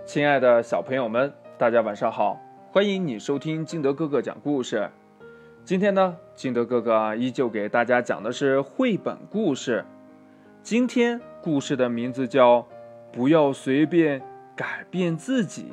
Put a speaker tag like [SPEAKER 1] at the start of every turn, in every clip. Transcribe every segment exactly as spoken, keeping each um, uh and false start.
[SPEAKER 1] 亲爱的小朋友们，大家晚上好，欢迎你收听金德哥哥讲故事。今天呢，金德哥哥依旧给大家讲的是绘本故事。今天故事的名字叫《不要随便改变自己》。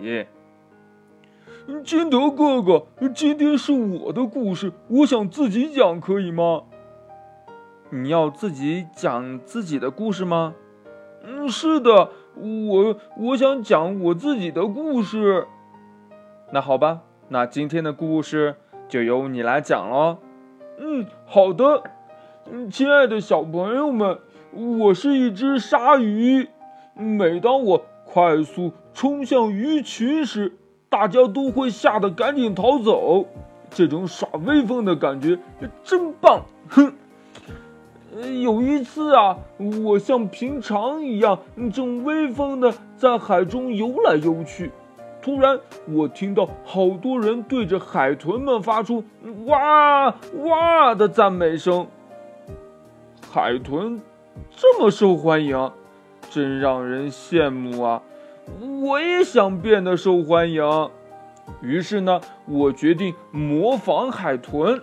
[SPEAKER 2] 金德哥哥，今天是我的故事，我想自己讲，可以吗？
[SPEAKER 1] 你要自己讲自己的故事吗？
[SPEAKER 2] 嗯，是的，我我想讲我自己的故事。
[SPEAKER 1] 那好吧，那今天的故事就由你来讲咯。
[SPEAKER 2] 嗯，好的。嗯，亲爱的小朋友们，我是一只鲨鱼。每当我快速冲向鱼群时，大家都会吓得赶紧逃走。这种耍威风的感觉真棒！哼。有一次啊，我像平常一样正威风的在海中游来游去，突然我听到好多人对着海豚们发出哇哇的赞美声。海豚这么受欢迎，真让人羡慕啊！我也想变得受欢迎。于是呢，我决定模仿海豚。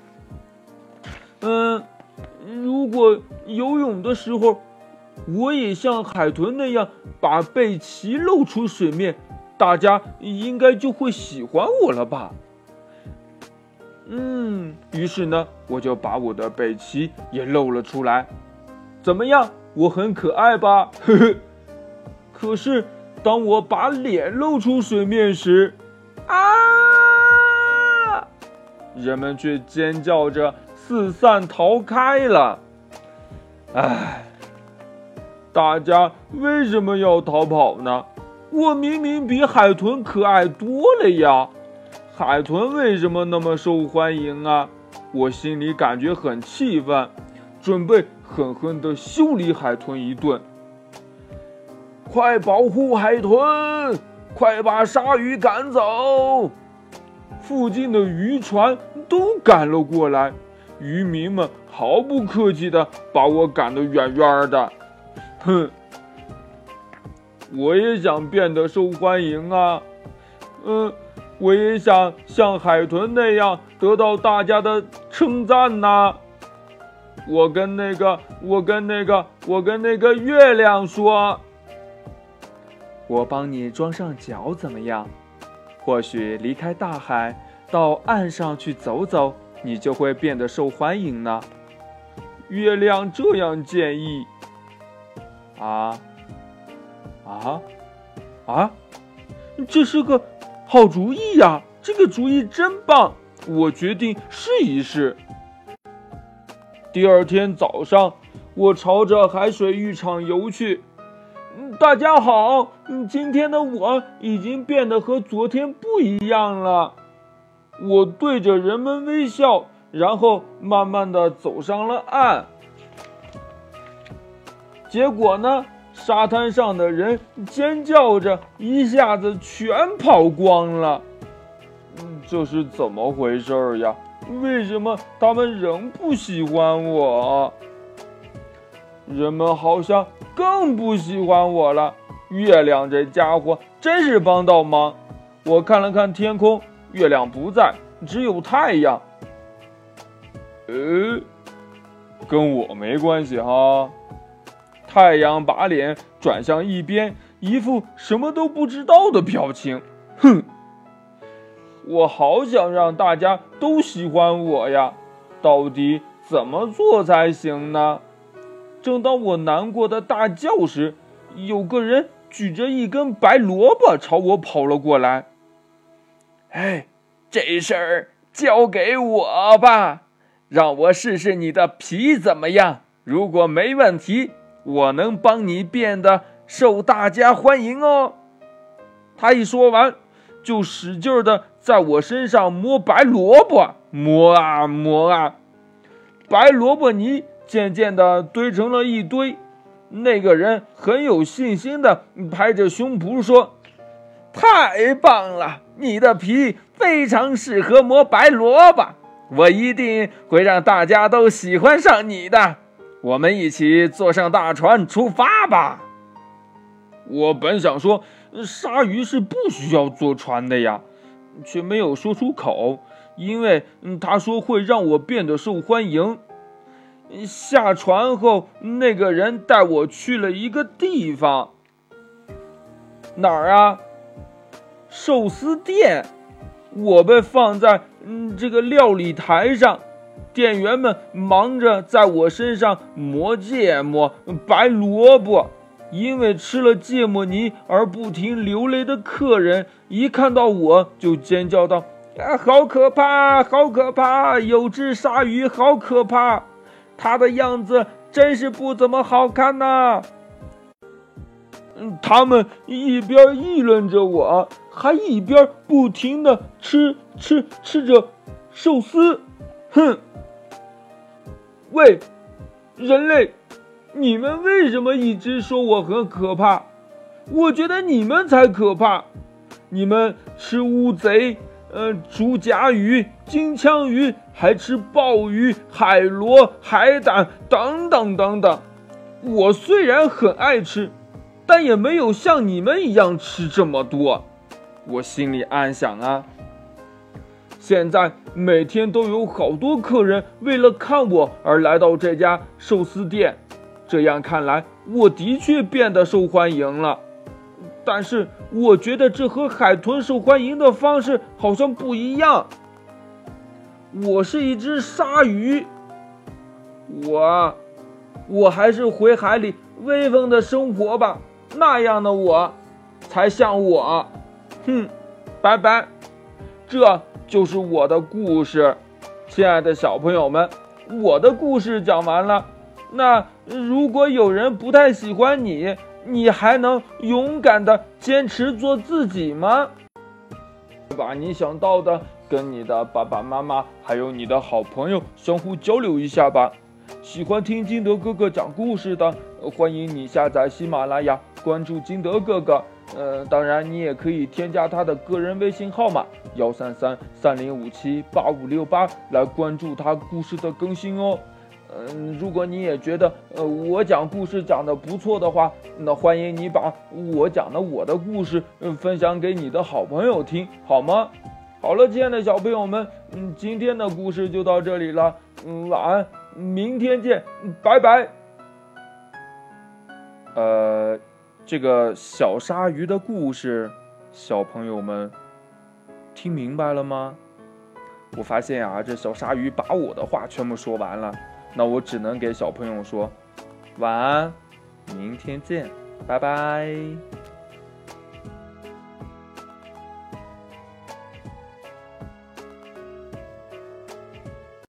[SPEAKER 2] 嗯。如果游泳的时候，我也像海豚那样把背鳍露出水面，大家应该就会喜欢我了吧？嗯，于是呢，我就把我的背鳍也露了出来。怎么样？我很可爱吧？呵呵。可是，当我把脸露出水面时，啊！人们却尖叫着四散逃开了。唉，大家为什么要逃跑呢？我明明比海豚可爱多了呀！海豚为什么那么受欢迎啊？我心里感觉很气愤，准备狠狠地修理海豚一顿。快保护海豚！快把鲨鱼赶走！附近的渔船都赶了过来。渔民们毫不客气地把我赶得远远的。哼，我也想变得受欢迎啊。嗯，我也想像海豚那样得到大家的称赞呐。我跟那个，我跟那个，我跟那个月亮说，
[SPEAKER 1] 我帮你装上脚怎么样？或许离开大海，到岸上去走走，你就会变得受欢迎呢。
[SPEAKER 2] 月亮这样建议。
[SPEAKER 1] 啊啊啊！
[SPEAKER 2] 这是个好主意呀！这个主意真棒，我决定试一试。第二天早上，我朝着海水浴场游去。大家好，今天的我已经变得和昨天不一样了。我对着人们微笑，然后慢慢地走上了岸。结果呢，沙滩上的人尖叫着，一下子全跑光了。这是怎么回事呀？为什么他们仍不喜欢我？人们好像更不喜欢我了。月亮这家伙真是帮倒忙。我看了看天空，月亮不在，只有太阳。呃，跟我没关系哈。太阳把脸转向一边，一副什么都不知道的表情。哼，我好想让大家都喜欢我呀，到底怎么做才行呢？正当我难过的大叫时，有个人举着一根白萝卜朝我跑了过来。哎，这事儿交给我吧，让我试试你的皮怎么样。如果没问题，我能帮你变得受大家欢迎哦。他一说完，就使劲的在我身上磨白萝卜，磨啊磨啊，白萝卜泥渐渐地堆成了一堆。那个人很有信心地拍着胸脯说：太棒了，你的皮非常适合磨白萝卜，我一定会让大家都喜欢上你的。我们一起坐上大船出发吧。 我本想说，鲨鱼是不需要坐船的呀，却没有说出口，因为他说会让我变得受欢迎。下船后，那个人带我去了一个地方。哪儿啊？寿司店。我被放在嗯这个料理台上，店员们忙着在我身上磨芥末、白萝卜。因为吃了芥末泥而不停流泪的客人，一看到我就尖叫道：“啊，好可怕，好可怕！有只鲨鱼，好可怕！它的样子真是不怎么好看呐！”他们一边议论着我，还一边不停地吃吃吃着寿司。哼！喂，人类，你们为什么一直说我很可怕？我觉得你们才可怕！你们吃乌贼、呃竹夹鱼、金枪鱼，还吃鲍鱼、海螺、海胆等等等等。我虽然很爱吃，但也没有像你们一样吃这么多。我心里暗想啊，现在每天都有好多客人为了看我而来到这家寿司店，这样看来，我的确变得受欢迎了。但是我觉得这和海豚受欢迎的方式好像不一样。我是一只鲨鱼，我我还是回海里威风的生活吧，那样的我才像我。哼，拜拜。这就是我的故事，亲爱的小朋友们，我的故事讲完了。那如果有人不太喜欢你，你还能勇敢地坚持做自己吗？把你想到的跟你的爸爸妈妈还有你的好朋友相互交流一下吧。喜欢听金德哥哥讲故事的，欢迎你下载喜马拉雅，关注金德哥哥。呃，当然你也可以添加他的个人微信号码幺三三三零五七八五六八来关注他故事的更新哦。嗯、呃，如果你也觉得呃我讲故事讲得不错的话，那欢迎你把我讲的我的故事、呃、分享给你的好朋友听，好吗？好了，亲爱的小朋友们，嗯，今天的故事就到这里了，嗯，晚安，明天见，拜拜。呃。这个小鲨鱼的故事，小朋友们听明白了吗？我发现啊，这小鲨鱼把我的话全部说完了，那我只能给小朋友说晚安，明天见，拜拜。